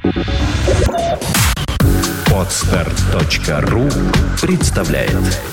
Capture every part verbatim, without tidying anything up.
Подстер точка ру представляет.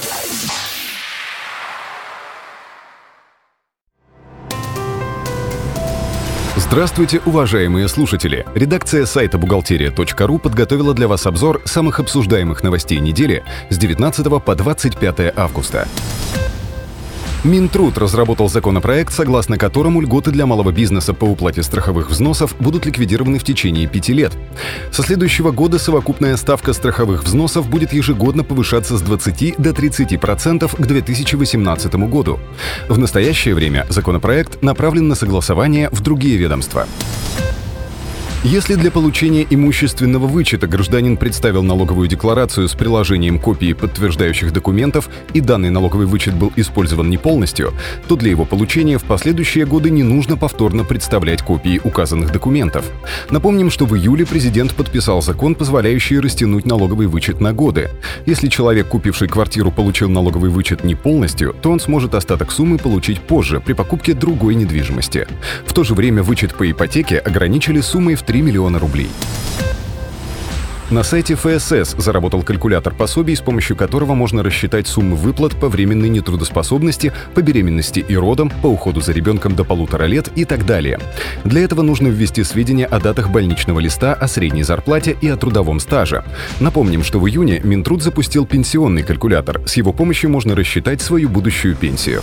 Здравствуйте, уважаемые слушатели! Редакция сайта бухгалтерия точка ру подготовила для вас обзор самых обсуждаемых новостей недели с девятнадцатого по двадцать пятое августа. Минтруд разработал законопроект, согласно которому льготы для малого бизнеса по уплате страховых взносов будут ликвидированы в течение пяти лет. Со следующего года совокупная ставка страховых взносов будет ежегодно повышаться с двадцати до тридцати процентов к две тысячи восемнадцатому году. В настоящее время законопроект направлен на согласование в другие ведомства. Если для получения имущественного вычета гражданин представил налоговую декларацию с приложением копии подтверждающих документов и данный налоговый вычет был использован не полностью, то для его получения в последующие годы не нужно повторно представлять копии указанных документов. Напомним, что в июле президент подписал закон, позволяющий растянуть налоговый вычет на годы. Если человек, купивший квартиру, получил налоговый вычет не полностью, то он сможет остаток суммы получить позже при покупке другой недвижимости. В то же время вычет по ипотеке ограничили суммой в три миллиона рублей. На сайте эф эс эс заработал калькулятор пособий, с помощью которого можно рассчитать суммы выплат по временной нетрудоспособности, по беременности и родам, по уходу за ребенком до полутора лет и так далее. Для этого нужно ввести сведения о датах больничного листа, о средней зарплате и о трудовом стаже. Напомним, что в июне Минтруд запустил пенсионный калькулятор. С его помощью можно рассчитать свою будущую пенсию.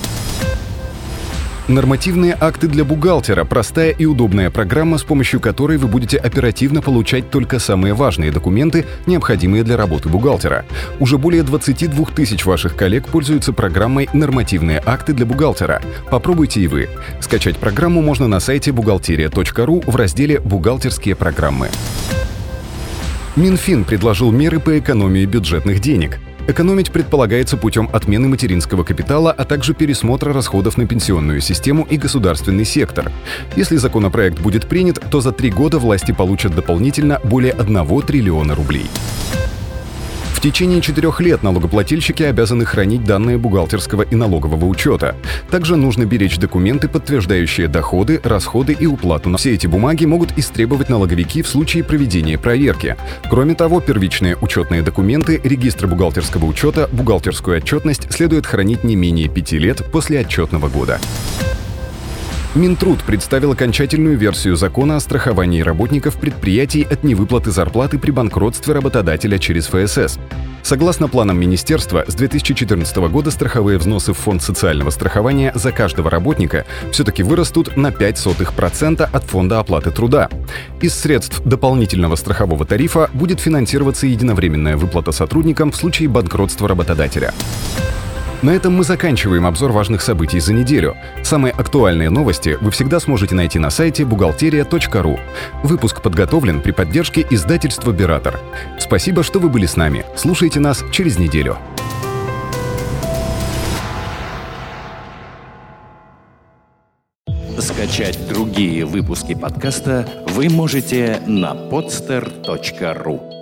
Нормативные акты для бухгалтера – простая и удобная программа, с помощью которой вы будете оперативно получать только самые важные документы, необходимые для работы бухгалтера. Уже более двадцати двух тысяч ваших коллег пользуются программой «Нормативные акты для бухгалтера». Попробуйте и вы. Скачать программу можно на сайте бухгалтерия точка ру в разделе «Бухгалтерские программы». Минфин предложил меры по экономии бюджетных денег. Экономить предполагается путем отмены материнского капитала, а также пересмотра расходов на пенсионную систему и государственный сектор. Если законопроект будет принят, то за три года власти получат дополнительно более одного триллиона рублей. В течение четырех лет налогоплательщики обязаны хранить данные бухгалтерского и налогового учета. Также нужно беречь документы, подтверждающие доходы, расходы и уплату. Все эти бумаги могут истребовать налоговики в случае проведения проверки. Кроме того, первичные учетные документы, регистр бухгалтерского учета, бухгалтерскую отчетность следует хранить не менее пяти лет после отчетного года. Минтруд представил окончательную версию закона о страховании работников предприятий от невыплаты зарплаты при банкротстве работодателя через эф эс эс. Согласно планам министерства, с две тысячи четырнадцатого года страховые взносы в фонд социального страхования за каждого работника все-таки вырастут на пять сотых процента от фонда оплаты труда. Из средств дополнительного страхового тарифа будет финансироваться единовременная выплата сотрудникам в случае банкротства работодателя. На этом мы заканчиваем обзор важных событий за неделю. Самые актуальные новости вы всегда сможете найти на сайте бухгалтерия точка ру. Выпуск подготовлен при поддержке издательства «Биратор». Спасибо, что вы были с нами. Слушайте нас через неделю. Скачать другие выпуски подкаста вы можете на подстер точка ру.